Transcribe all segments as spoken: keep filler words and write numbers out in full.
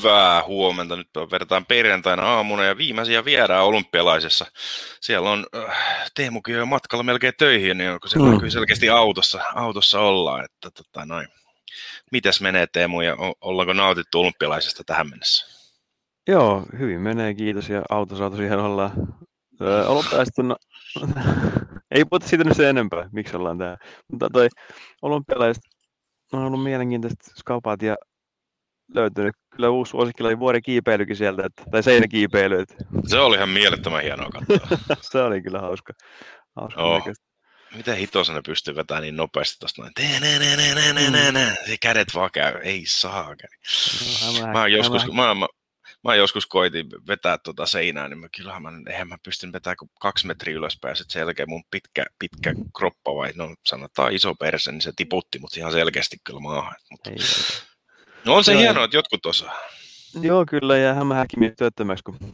Hyvää huomenta. Nyt vertaan perjantaina aamuna ja viimeisiä viedään olympialaisessa. Siellä on äh, Teemukin jo matkalla melkein töihin, niin kun siellä näkyy selkeästi autossa, autossa ollaan. Että, tota, noin. Mitäs menee Teemu ja ollaanko nautittu olympialaisesta tähän mennessä? Joo, hyvin menee, kiitos. Ja autossa tosiaan ollaan. Öö, olympialaiset on... Ei puhuta siitä nyt sen enempää, miksi ollaan täällä. Mutta toi olympialaiset on ollut mielenkiintoiset skapat ja löytynyt kyllä uusi suosikkilaji vuoden kiipeilykin sieltä, että, tai seinäkiipeily. Että. Se oli ihan mielettömän hienoa katsoa. Se oli kyllä hauska. hauska oh. Miten hitosena pystyy vetämään niin nopeasti tosta noin. Se kädet vaan käy. Ei saa. No, mä, joskus, mä, mä, mä joskus koitin vetää tuota seinää, niin mä, kyllähän mä, eihän mä pystyn vetämään kuin kaksi metriä ylöspäin. Ja sitten sen jälkeen mun pitkä, pitkä kroppa vai no sanotaan iso perse, niin se tiputti mut ihan selkeästi kyllä maahan. Mutta... No on se joo, hienoa, että jotkut osaa. Joo, kyllä, ja hän häkki mies työttömäksi, kun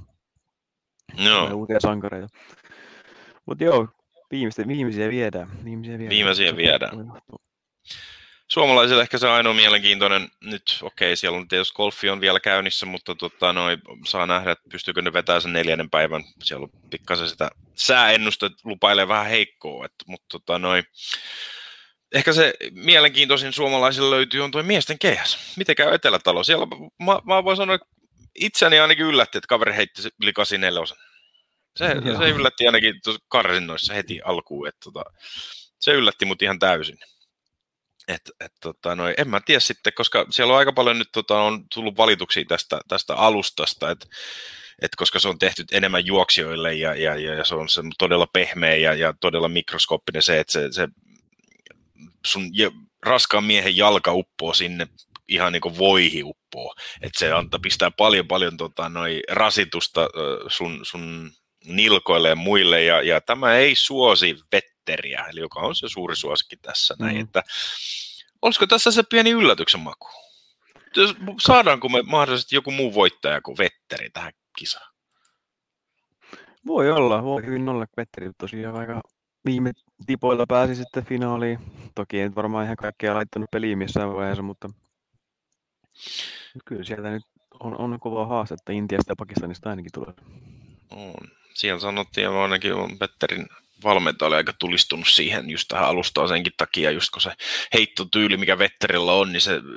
no. uusia sankareita. Mutta joo, viimeisiä, viimeisiä viedään. Viimeisiä viedään. Viimeisiä viedään. Suomalaisille ehkä se ainoa mielenkiintoinen, nyt okei, okay, siellä on tietysti golfi on vielä käynnissä, mutta tota, noi, saa nähdä, että pystyykö ne vetämään sen neljännen päivän. Siellä on pikkasen sitä sääennusta, lupailee vähän heikkoa, että, mutta tota, noi, ehkä se mielenkiintoisin suomalaisille löytyy on tuo miesten kehäs. Miten käy Etelätalo? Siellä mä, mä voin sanoa, että itseäni ainakin yllätti, että kaveri heitti yli kahdeksankymmentäneljä osan. Se, se yllätti ainakin karsinnoissa heti alkuun, että tota, se yllätti mut ihan täysin. Et, et, tota, noi, en mä tiedä sitten, koska siellä on aika paljon nyt tota, on tullut valituksia tästä, tästä alustasta, että et koska se on tehty enemmän juoksijoille ja, ja, ja se on se todella pehmeä ja, ja todella mikroskooppinen se, että se, se sun raskaan miehen jalka uppoo sinne ihan niin kuin voihi uppoo, että se antaa pistää paljon paljon tota, noi rasitusta sun, sun nilkoille ja muille ja, ja tämä ei suosi vetteriä, eli joka on se suuri suosikki tässä näin, mm. että olisiko tässä se pieni yllätyksen maku? Saadaanko me mahdollisesti joku muu voittaja kuin Vetteri tähän kisaan? Voi olla, voi hyvin olla. Vetteri tosiaan aika viime tipoilla pääsi sitten finaaliin. Toki ei varmaan ihan kaikkea laittanut peliin missään vaiheessa, mutta kyllä sieltä nyt on, on kova haastetta Intiasta ja Pakistanista ainakin tulee. On. Siellä sanottiin, että ainakin on Vetterin valmentaja oli aika tulistunut siihen just tähän alustaan senkin takia, just kun se heittotyyli, mikä Vetterillä on, niin se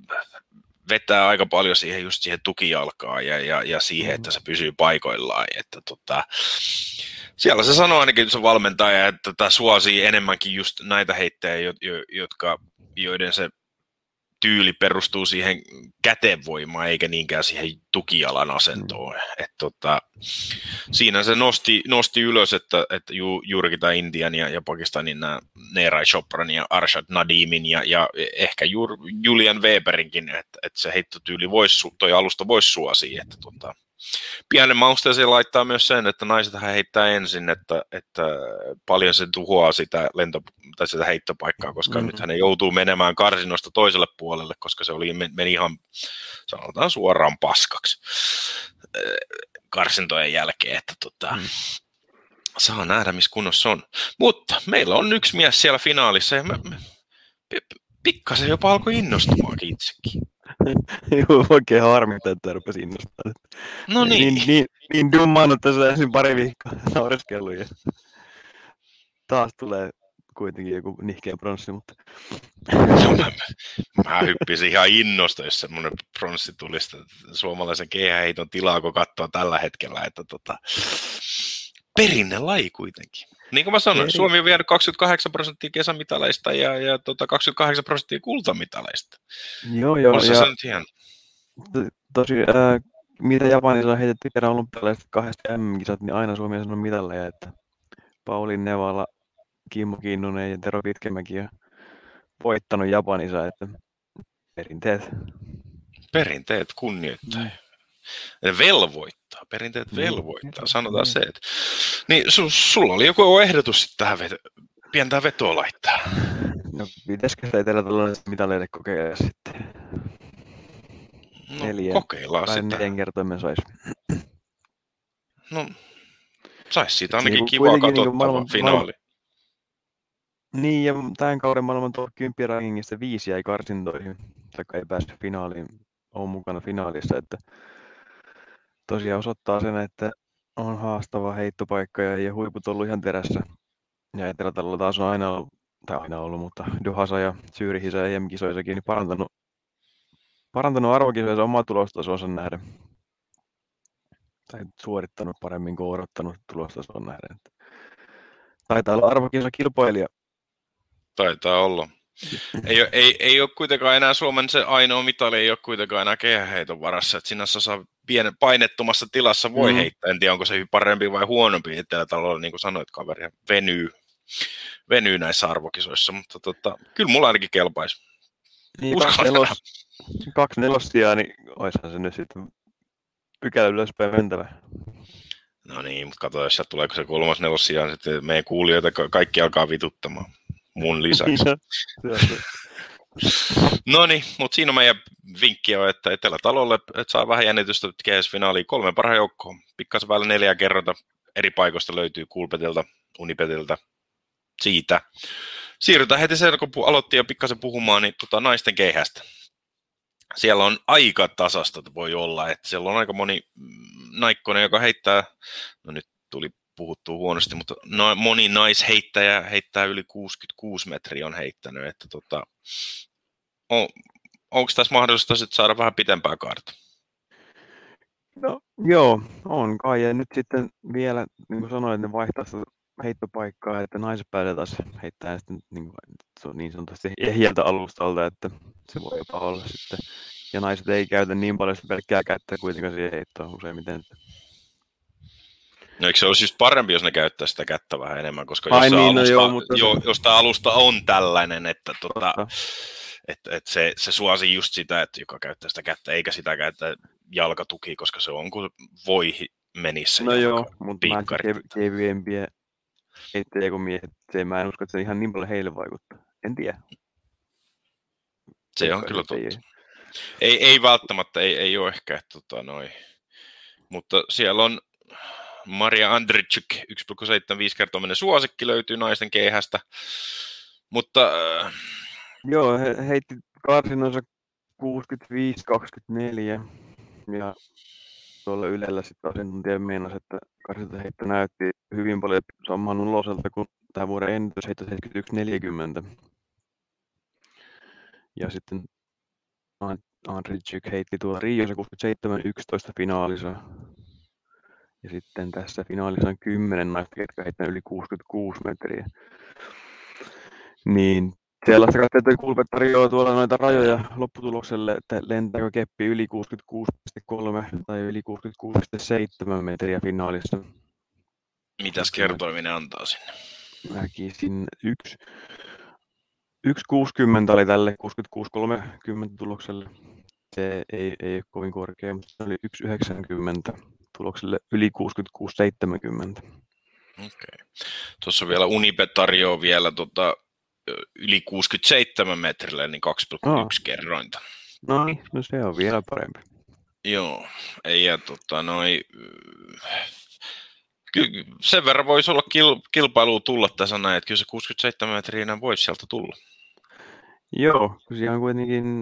vetää aika paljon siihen just siihen tukijalkaan ja, ja, ja siihen, että se pysyy paikoillaan. Että tota, siellä se sanoo ainakin se valmentaja, että tämä suosii enemmänkin just näitä heittäjiä, jotka, joiden se tyyli perustuu siihen kätevoimaan eikä niinkään siihen tukijalan asentoon. Mm. Et tota, siinä se nosti, nosti ylös, että, että ju, juurikin tämä Intian ja, ja Pakistanin nämä Neeraj Chopran ja Arshad Nadimin ja, ja ehkä juur, Julian Weberinkin, että, että se heittotyyli voisi, toi alusta voisi suosia. Että tota, pienen mausteeseen laittaa myös sen, että naisethan heittää ensin, että, että paljon se tuhoaa sitä, lento, tai sitä heittopaikkaa, koska mm-hmm. nythän ne joutuu menemään karsinnosta toiselle puolelle, koska se oli, meni ihan, sanotaan suoraan paskaksi karsintojen jälkeen, että tota, mm. saa nähdä, missä kunnossa on. Mutta meillä on yksi mies siellä finaalissa, ja me, me, pikkasen jopa alkoi innostumaankin itsekin. Joo, oikein harmittaa, että rupesi innostamaan. No niin. Niin, niin, niin dummannut tässä ensin pari viikkoa naureskellut ja taas tulee kuitenkin joku nihkeä pronssi, mutta... No, mä, mä hyppisin ihan innosta, jos semmoinen pronssi tulisi suomalaisen keihäheiton tilaa, kun katsoo tällä hetkellä, että tota... perinnelaji kuitenkin. Niin kuin mä sanoin, Eri. Suomi on vienyt kaksikymmentäkahdeksan prosenttia kesämitaleista ja, ja tota kaksikymmentäkahdeksan prosenttia kultamitaleista. Joo, joo. On se ja... nyt ihan... Tosi, äh, mitä Japanissa on heitetty kerran olympialaiset kahdesta M M-kisat, niin aina Suomi on sanonut mitalleja, että Paulin Nevala, Kimmo Kinnunen ja Tero Pitkämäki on voittanut Japanissa, että perinteet. Perinteet kunnioittaa. Mm. Velvoittaa, perinteet velvoittaa, sanotaan mm. se. Että... Niin su, sulla oli joku ehdotus tähän veto, pientää vetoa laittaa. No pitäisikö sitä Etelätalon mitaleille kokeilla sitten? No neljä, kokeillaan sitä. Neljän kertoimen saisi. No saisi siitä ainakin niin, kivaa katsottavaa maailman, finaali. Maailman... Niin ja tämän kauden maailman top kymmenen rankingista viisi jäi karsintoihin, taikka ei päässyt finaaliin. ole mukana finaalissa, että tosiaan osoittaa sen, että on haastava heittopaikka ja, ja huiput ollut ihan terässä. Ja Etelätalolla taas on aina ollut, tai aina ollut, mutta Dohassa ja Zürichissä ja E M-kisoissakin niin parantanut, parantanut arvokisoissa omaa tulostasonsa nähden. Tai suorittanut paremmin kuin odottanut tulostason nähden. Taitaa olla arvokisa kilpailija. Taitaa olla. Ei, ole, ei, ei ole kuitenkaan enää Suomen se ainoa mitali, ei ole kuitenkaan enää kehäheiton varassa. Että sinänsä saa pienen painettomassa tilassa voi mm. heittää. En tiedä, onko se parempi vai huonompi. Etelätalolla, niin kuin sanoit, kaveri venyy, venyy näissä arvokisoissa. Mutta tota, kyllä mulla ainakin kelpaisi. Niin, kaksi, nelos, kaksi nelossijaa, niin olisihan se nyt sitten pykälä ylöspäin mentävä. No niin, mutta katso, jos sieltä tuleeko se kolmas nelossijaan, sitten meidän kuulijoita kaikki alkaa vituttamaan. Mun lisäksi. No niin, mutta siinä on meidän vinkki on, että Etelätalolle että saa vähän jännitystä G S-finaaliin kolme parhaan joukkoon. Pikkasen päälle neljä kerrota eri paikoista löytyy Coolbetilta, Unibetilta, siitä. Siirrytään heti sen, kun aloittiin jo pikkasen puhumaan, niin tota, naisten keihästä. Siellä on aika tasasta, voi olla, että siellä on aika moni naikkonen, joka heittää, no nyt tuli puhuttua huonosti, mutta no, moni naisheittäjä heittää yli kuusikymmentäkuusi metriä on heittänyt, että tota, on, onko tässä mahdollista sit saada vähän pitempää kaarta? No joo, on kai, ja nyt sitten vielä, niin kuin sanoin, ne vaihtaa sitä heittopaikkaa, että naiset pääsee taas heittämään sitten niin, niin sanotusti ehjältä alustalta, että se voi jopa olla sitten, ja naiset ei käytä niin paljon sitä pelkkää kättä kuitenkaan siihen heittoon useimmiten. No eikö se olisi just parempi, jos ne käyttää sitä kättä vähän enemmän, koska Ai jos, niin, alusta, no joo, mutta... jo, jos tämä alusta on tällainen, että, tota, että, että se, se suosii just sitä, että joka käyttää sitä kättä, eikä sitä käyttää jalkatuki, koska se on kuin voi menisi se no jalka, joo, mutta kev- kevyempiä heittäjiä kuin miehet, se, mä en usko, että se ihan niin paljon heille vaikuttaa. En tiedä. Se Eikä on kyllä totta. Ei, ei välttämättä, ei, ei ole ehkä, että, tota, noi. Mutta siellä on Maria Andrićuk, yksi pilkku seitsemänkymmentäviisi kertominen suosikki löytyy naisten keihästä, mutta... Äh... Joo, he heitti karsinonsa kuusikymmentäviisi kaksikymmentäneljä ja tuolla Ylellä sitten asiantuntija meinasi, että karsintaheitto näytti hyvin paljon saman uloselta kuin tämä vuoden ennätysheitto seitsemänkymmentäyksi neljäkymmentä. Ja sitten Andrićuk heitti tuolla Riossa kuusikymmentäseitsemän yksitoista finaalissa. Ja sitten tässä finaalissa on kymmenen naista, jotka heittävät yli kuusikymmentäkuusi metriä. Niin sellaista katsotaan, että Coolbet tarjoaa tuolla noita rajoja lopputulokselle, että lentääkö keppi yli kuusikymmentäkuusi pilkku kolme tai yli kuusikymmentäkuusi pilkku seitsemän metriä finaalissa. Mitäs kertoiminen antaa sinne? Näkisin yksi. yksi kuusikymmentä oli tälle kuusikymmentäkuusi kolmekymmentä tulokselle. Se ei, ei ole kovin korkea, mutta se oli yksi yhdeksänkymmentä tulokselle yli kuusikymmentäkuusi seitsemänkymmentä. Okei. Tuossa vielä Unibet tarjoaa vielä tota, yli kuusikymmentäseitsemän metrille, niin kaksi pilkku yksi oh. kerrointa. No niin, no se on vielä parempi. Joo, ei ja tota noi... Kyllä sen verran voisi olla kil, kilpailua tulla tässä näin, että kyllä se kuusikymmentäseitsemän metriä enää voisi sieltä tulla. Joo, kun siellä on kuitenkin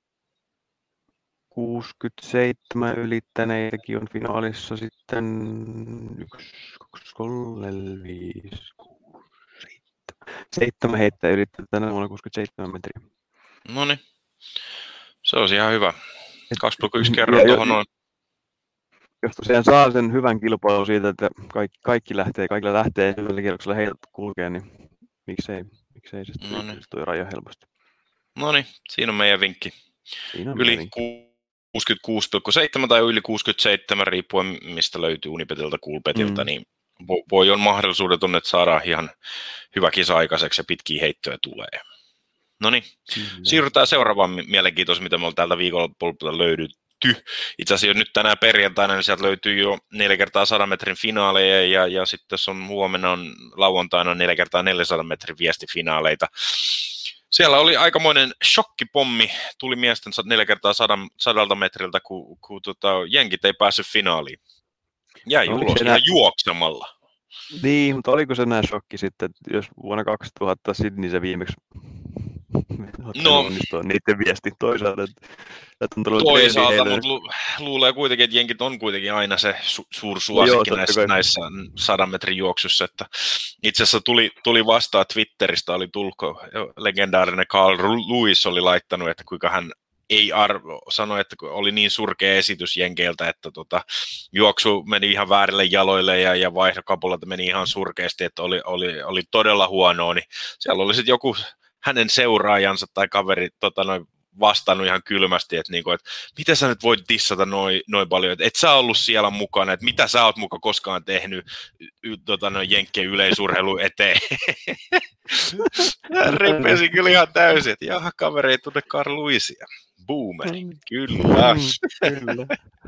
kuusikymmentäseitsemän ylittäneitäkin on finaalissa sitten yksi, kaksi, kolme, viisi, kuusi, seitsemän. Seitsemän heittää ylittää tänä vuonna kuusikymmentäseitsemän metriä. No niin, se olisi ihan hyvä. kaksi pilkku yksi kerran tuohon noin. Jos tosiaan saa sen hyvän kilpailun siitä, että kaikki, kaikki lähtee, kaikilla lähtee yhdellä kierroksella heitot kulkee, niin miksei, miksei se sitten no toi raja helposti. No niin, siinä on meidän vinkki. On yli kuusikymmentäkuusi pilkku seitsemän tai yli kuusikymmentäseitsemän, riippuen mistä löytyy Unibetilta, Coolbetilta, mm. niin voi on mahdollisuudet on, että saadaan ihan hyvä kisa aikaiseksi ja pitkiä heittoja tulee. No niin, mm-hmm. siirrytään seuraavaan mielenkiintoiseen, mitä me ollaan täältä viikolla löydetty. Itse asiassa nyt tänään perjantaina, niin sieltä löytyy jo neljä kertaa sadan metrin finaaleja ja, ja sitten tässä on huomenna on lauantaina neljä kertaa neljänsadan metrin viestifinaaleita. Siellä oli aikamoinen shokkipommi, tuli miesten neljä kertaa sadan, sadalta metriltä, kun, kun tota, jenkit ei päässyt finaaliin. Jäi ulos ihan juoksemalla. Niin, mutta oliko se näin shokki sitten, jos vuonna kaksituhatta Sydneyssä viimeksi No, onnistua niiden viesti toisaalta, että, että on tullut toisaalta, mutta lu- luulee kuitenkin, että jenkit on kuitenkin aina se su- suursuosikki no näissä, näissä sadan metrin juoksussa, että itse asiassa tuli, tuli vastaan Twitteristä, oli tulko, legendaarinen Carl Lewis oli laittanut, että kuinka hän ei arvo, sanoi, että oli niin surkea esitys jenkeiltä, että tota, juoksu meni ihan väärille jaloille ja, ja vaihdokapulat meni ihan surkeasti, että oli, oli, oli todella huonoa, niin siellä oli sitten joku hänen seuraajansa tai kaveri tota, noin, vastannut ihan kylmästi, että, niinku, että miten sä nyt voit dissata noin noi paljon, että et sä ollut siellä mukana, että mitä sä oot muka koskaan tehnyt y, tota, noin jenkkien yleisurheilu eteen. Repesi kyllä ihan täysin, että jaha, kaveri ei tunne Carl Lewisia. Boomeri, kyllä. kyllä.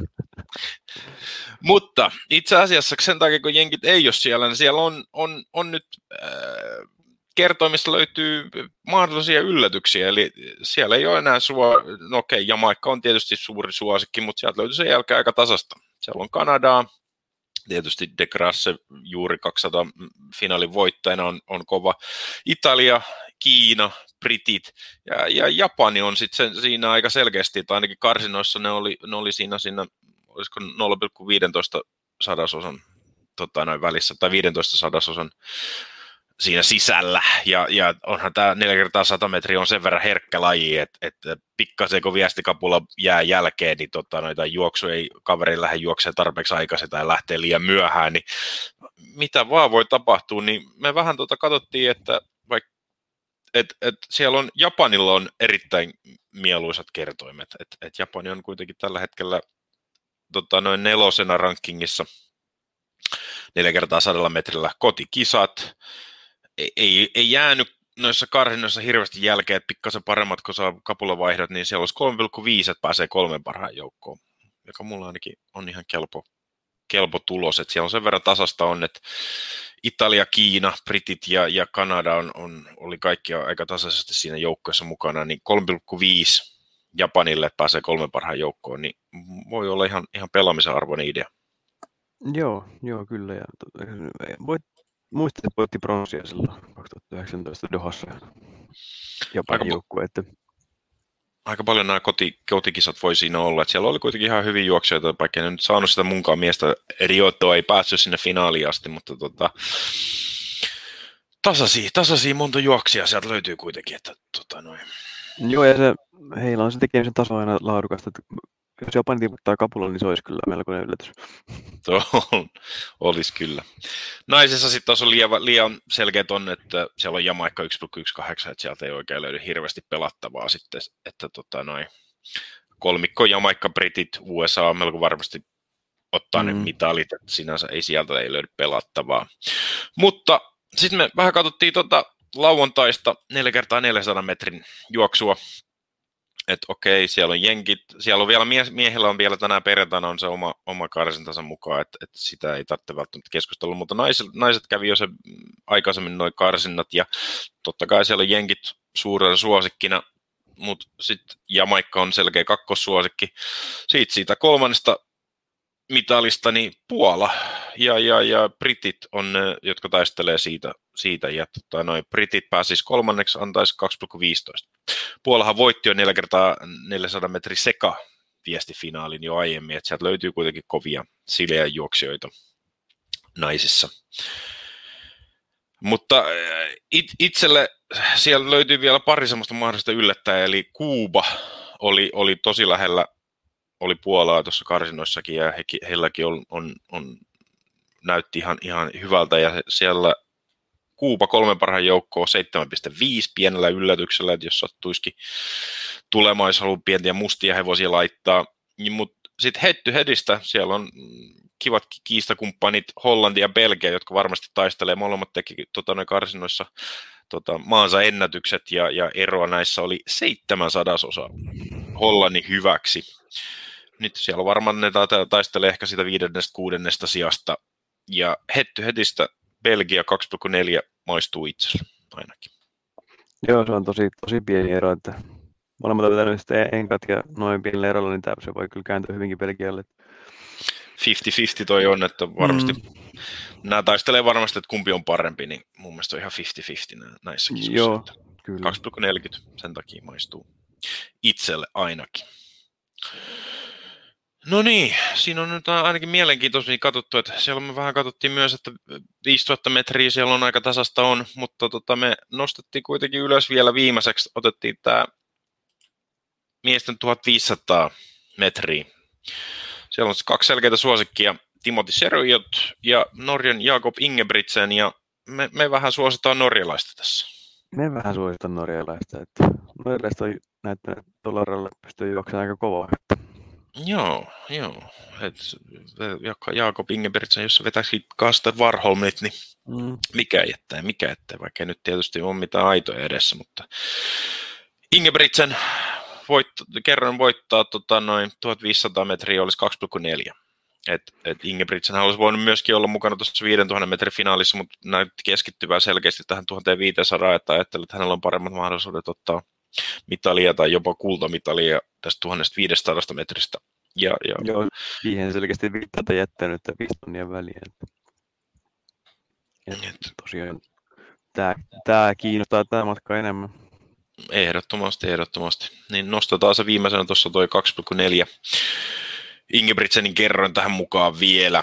Mutta itse asiassa sen takia, kun jenkit ei ole siellä, niin siellä on, on, on nyt äh, kertoimista löytyy mahdollisia yllätyksiä, eli siellä ei ole enää suo, no okei, Jamaikka on tietysti suuri suosikki, mutta sieltä löytyy sen jälkeen aika tasasta. Siellä on Kanadaa, tietysti De Grasse juuri kaksisataa finaalin voittajana on, on kova, Italia, Kiina, Britit ja, ja Japani on sitten siinä aika selkeästi, että ainakin karsinoissa ne oli, ne oli siinä, siinä olisiko nolla pilkku viisitoista sadasosan tota, noin välissä, tai viisitoista sadasosan siinä sisällä, ja, ja onhan tämä neljä kertaa sata metriä on sen verran herkkä laji, että, että pikkasen kun viestikapula jää jälkeen, niin tota, noita juoksu ei kaveri lähde juoksemaan tarpeeksi aikaisin tai lähtee liian myöhään, niin mitä vaan voi tapahtua, niin me vähän tota katsottiin, että vaikka et, et siellä on, Japanilla on erittäin mieluisat kertoimet, että et Japani on kuitenkin tällä hetkellä tota, noin nelosena rankingissa neljä kertaa sadalla metrillä kotikisat, ei, ei, ei jäänyt noissa karsinnoissa hirveästi jälkeen, että pikkasen paremmat, kun saa kapulavaihdot, niin siellä olisi kolme pilkku viisi, että pääsee kolmen parhaan joukkoon, joka mulla ainakin on ihan kelpo, kelpo tulos, että siellä on sen verran tasasta on, että Italia, Kiina, Britit ja, ja Kanada on, on, oli kaikki aika tasaisesti siinä joukkoissa mukana, niin kolme pilkku viisi Japanille, että pääsee kolmen parhaan joukkoon, niin voi olla ihan, ihan pelaamisen arvoinen idea. Joo, joo kyllä. Ja, voit, muistat, että voitti pronssia silloin kaksituhattayhdeksäntoista Dohassa Japanin joukkue. Että... Aika paljon nämä koti, kotikisat voi siinä olla. Että siellä oli kuitenkin ihan hyvin juoksijoita, vaikka en nyt saanut sitä munkaan miestä. Riotto ei päässyt sinne finaaliin asti, mutta tota, tasaisia, tasaisia monta juoksia sieltä löytyy kuitenkin. Että, tota, noin. Joo, ja se, heillä on se tekemisen taso aina laadukasta. Jos Japani tiputtaa kapulan, niin se olisi kyllä melkoinen yllätys. Olisi kyllä. Naisessa sitten taas on liian, liian selkeät on, että siellä on Jamaikka yksi pilkku yksitoista, että sieltä ei oikein löydy hirveästi pelattavaa sitten, että tota noin, kolmikko Jamaikka, Britit, U S A melko varmasti ottaa mm. ne mitalit, että sinänsä ei sieltä ei löydy pelattavaa. Mutta sitten me vähän katsottiin tota lauantaista neljä kertaa neljäsataa metrin juoksua. Että okei, siellä on jenkit, siellä on vielä mie- miehillä on vielä tänään perjantaina on se oma, oma karsintansa mukaan, että, että sitä ei tarvitse välttämättä keskustella, mutta naiset, naiset kävi jo se aikaisemmin noin karsinnat ja totta kai siellä on jenkit suurena suosikkina, mutta sitten Jamaikka on selkeä kakkossuosikki. Siitä siitä kolmannesta mitalista niin Puola ja, ja, ja Britit on ne, jotka taistelee siitä, siitä ja tota, noin Britit pääsisi kolmanneksi, antaisi kaksi pilkku viisitoista. Puolahan voitti jo neljä kertaa neljäsataa metri seka viestifinaalin jo aiemmin, että sieltä löytyy kuitenkin kovia sileä juoksijoita naisissa. Mutta it, itselle siellä löytyy vielä pari semmoista mahdollista yllättäjää, eli Kuuba oli, oli tosi lähellä, oli Puolaa tuossa karsinnoissakin ja he, heilläkin on, on, on, näytti ihan, ihan hyvältä ja siellä Kuuba kolmen parhaan joukkoon seitsemän pilkku viisi pienellä yllätyksellä, että jos sattuisikin tulemaan, jos haluaa pieniä mustia hevosia laittaa. Niin, mutta sitten head to headistä siellä on kivat kiistakumppanit Hollanti ja Belgia, jotka varmasti taistelee. Molemmat teki tota, noin karsinnoissa tota, maansa ennätykset ja, ja eroa näissä oli seitsemän sadasosa Hollannin hyväksi. Nyt siellä varmaan ne taistelee ehkä sitä viidennestä, kuudennesta sijasta. Ja head to headistä Belgia kaksi pilkku neljä maistuu itselle ainakin. Joo, se on tosi, tosi pieni ero, että molemmat on vetänyt sitten enkat ja noin pienellä erolla, niin tämä se voi kyllä kääntyä hyvinkin Belgialle. viisikymmentä viisikymmentä toi on, että varmasti mm. nämä taistelee varmasti, että kumpi on parempi, niin mun mielestä on ihan viisikymmentä viisikymmentä näissä kisoissa. Joo, kaksi pilkku neljäkymmentä, sen takia maistuu itselle ainakin. No niin, siinä on nyt ainakin mielenkiintoisia katsottu, että siellä me vähän katsottiin myös, että viisituhatta metriä siellä on aika tasasta on, mutta tota, me nostettiin kuitenkin ylös vielä viimeiseksi, otettiin tämä miesten tuhatviisisataa metriä. Siellä on kaksi selkeitä suosikkia, Timothy Serujot ja Norjan Jakob Ingebrigtsen, ja me, me vähän suositaan norjalaista tässä. Me vähän suositaan norjalaista, että norjalaiset on näyttänyt tuolla ralla pystyy juoksemaan aika kovaa. Joo, joo. Et, Jakob Ingebrigtsen, jos sä vetäisit Kasper Warholmit, niin mm. mikä jättää, mikä jättää, vaikka ei nyt tietysti ole mitään aitoja edessä, mutta Ingebrigtsen voitto, kerran voittaa tota, noin tuhatviisisataa metriä olisi kaksi pilkku neljä. Et, et Ingebrigtsen olisi voinut myöskin olla mukana tuossa viisituhatta metrin finaalissa, mutta näytti keskittyvää selkeästi tähän tuhatviisisataa, että ajattelee, että hänellä on paremmat mahdollisuudet ottaa mitalia tai jopa kultamitalia tästä tuhatviisisataa metristä. Ja, ja... Joo, siihen selkeästi viittaa jättänyt, että viisi tonnia väliä. Et tosiaan tämä, tämä kiinnostaa tämä matka enemmän. Ehdottomasti, ehdottomasti. Niin nostetaan se viimeisenä tuossa toi kaksi pilkku neljä. Ingebrigtsenin kerroin tähän mukaan vielä.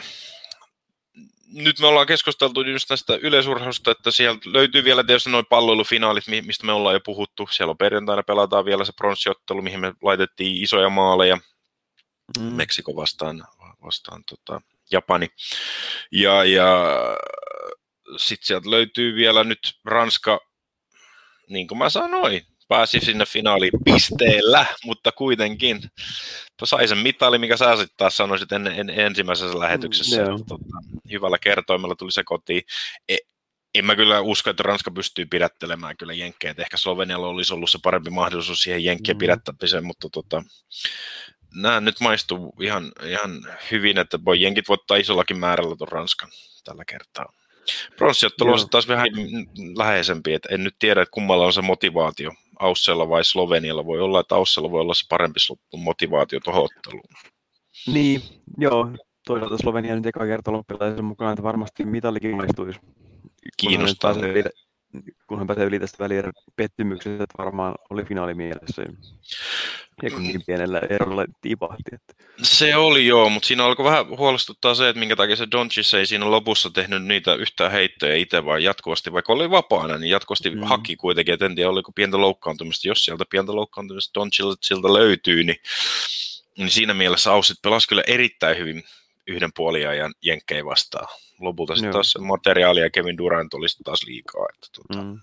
Nyt me ollaan keskusteltu just tästä yleisurheilusta, että sieltä löytyy vielä tietysti noin palloilufinaalit, mistä me ollaan jo puhuttu. Siellä on perjantaina pelataan vielä se pronssiottelu, mihin me laitettiin isoja maaleja. Mm. Meksiko vastaan, vastaan tota, Japani. Ja, ja sitten sieltä löytyy vielä nyt Ranska, niin kuin mä sanoin, pääsi sinne finaalipisteellä, mutta kuitenkin sai sen mitali, mikä sä sitten taas sanoisit en, en, ensimmäisessä lähetyksessä. Mm, tota, hyvällä kertoimella tuli se kotiin. E, en mä kyllä usko, että Ranska pystyy pidättelemään kyllä jenkkejä. Ehkä Slovenialla olisi ollut se parempi mahdollisuus siihen jenkkien mm. pidättämiseen, mutta tota, nämä nyt maistuu ihan, ihan hyvin, että voi jenkit voittaa isollakin määrällä tuon Ranskan tällä kertaa. Pronssiottelu on taas vähän läheisempi, että en nyt tiedä, että kummalla on se motivaatio, Aussella vai Slovenialla. Voi olla, että Aussella voi olla se parempi motivaatio tuohon otteluun. Niin, joo. Toisaalta Slovenia nyt eka kerta loppilaisen mukaan, että varmasti mitalikin maistuisi. Kiinnostaa. Kun hän pääsee yli tästä välierän pettymyksestä, että varmaan oli finaali mielessä. Ja kun niin pienellä erolla tipahti. Että... Se oli joo, mutta siinä alkoi vähän huolestuttaa se, että minkä takia se Doncic ei siinä lopussa tehnyt niitä yhtään heittoja itse, vaan jatkuvasti, vaikka oli vapaana, niin jatkuvasti mm. haki kuitenkin, että en tiedä, oliko pientä loukkaantumista. Jos sieltä pientä loukkaantumista Doncicilta löytyy, niin, niin siinä mielessä Aussit pelasi kyllä erittäin hyvin yhden puoliajan jenkkejä vastaan. Lopulta sitten taas materiaalia ja Kevin Durant oli taas liikaa. Että, tuota, mm.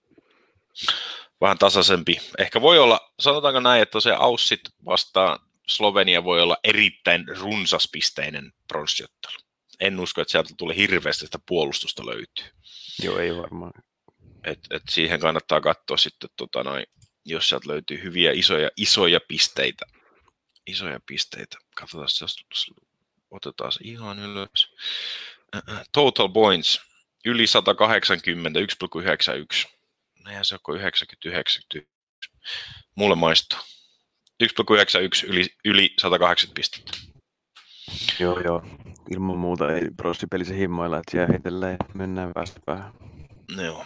vähän tasaisempi. Ehkä voi olla, sanotaanko näin, että se Aussit vastaan Slovenia voi olla erittäin runsaspisteinen pronssiottelu. En usko, että sieltä tulee hirveästi sitä puolustusta löytyy. Joo, ei varmaan. Et, et siihen kannattaa katsoa sitten, tota noin, jos sieltä löytyy hyviä isoja, isoja pisteitä. Isoja pisteitä. Katsotaan, jos otetaan se ihan ylös. Total points, yli sata kahdeksankymmentä, yksi pilkku yhdeksänkymmentäyksi. Eihän se ole yhdeksänkymmentä yhdeksänkymmentäyksi. Mulle maistuu. yksi pilkku yhdeksänkymmentäyksi yli, yli sata kahdeksankymmentä pistettä. Joo, joo. Ilman muuta ei pronssipelissä himmoilla, että siellä heitellään ja mennään päästä päähän. Joo.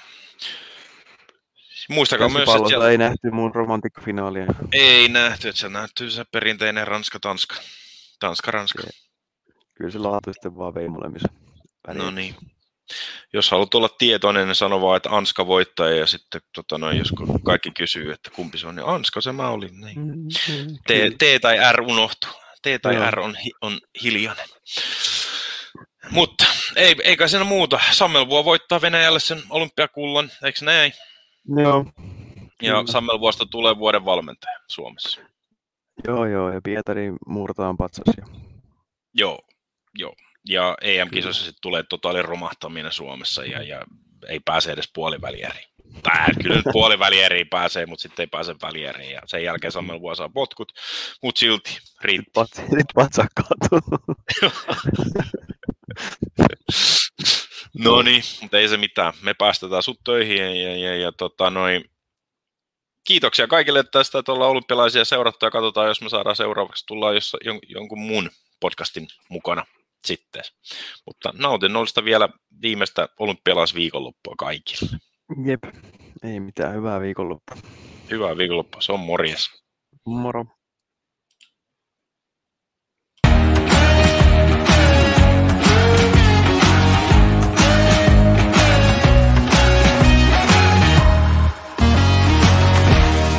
Muistakaa myös, että siellä... ei nähty mun romantikkofinaalia. Ei nähty, että se nähty se perinteinen Ranska-Tanska. Tanska-Ranska. Kyllä se laatu sitten vaan vei molemmissa. No niin. Jos haluat olla tietoinen, niin sano vaan, että Anska voittaa ja sitten tota, no, jos kaikki kysyy, että kumpi se on, niin Anska se mä olin. Niin. T, T tai R unohtuu. T tai no. R on, on hiljainen. Mutta ei, eikä siinä muuta. Sammelvuo voittaa Venäjälle sen olympiakullan, eikö näin? Joo. Ja Sammelvuosta tulee vuoden valmentaja Suomessa. Joo, joo. Ja Pietari murtaan patsas. Joo, joo. Ja E M-kisossa sitten tulee totaalinen romahtaminen Suomessa ja, ja ei pääse edes puolivälieriin. Tää, kyllä nyt puolivälieriin pääsee, mutta sitten ei pääse välieriin. Ja sen jälkeen Sammelvuo saa potkut, mutta silti riitti. Nyt patsa kaatuu. No niin, mutta ei se mitään. Me päästetään sut töihin ja, ja, ja, ja tota noin. Kiitoksia kaikille tästä, että ollaan olympialaisia seurattu ja katsotaan, jos me saadaan seuraavaksi tullaan jos, jon, jonkun muun podcastin mukana sitten. Mutta nautinnollista vielä viimeistä olympialaisviikonloppua kaikille. Jep, Ei mitään, hyvää viikonloppua. Hyvää viikonloppua, se on morjes. Moro.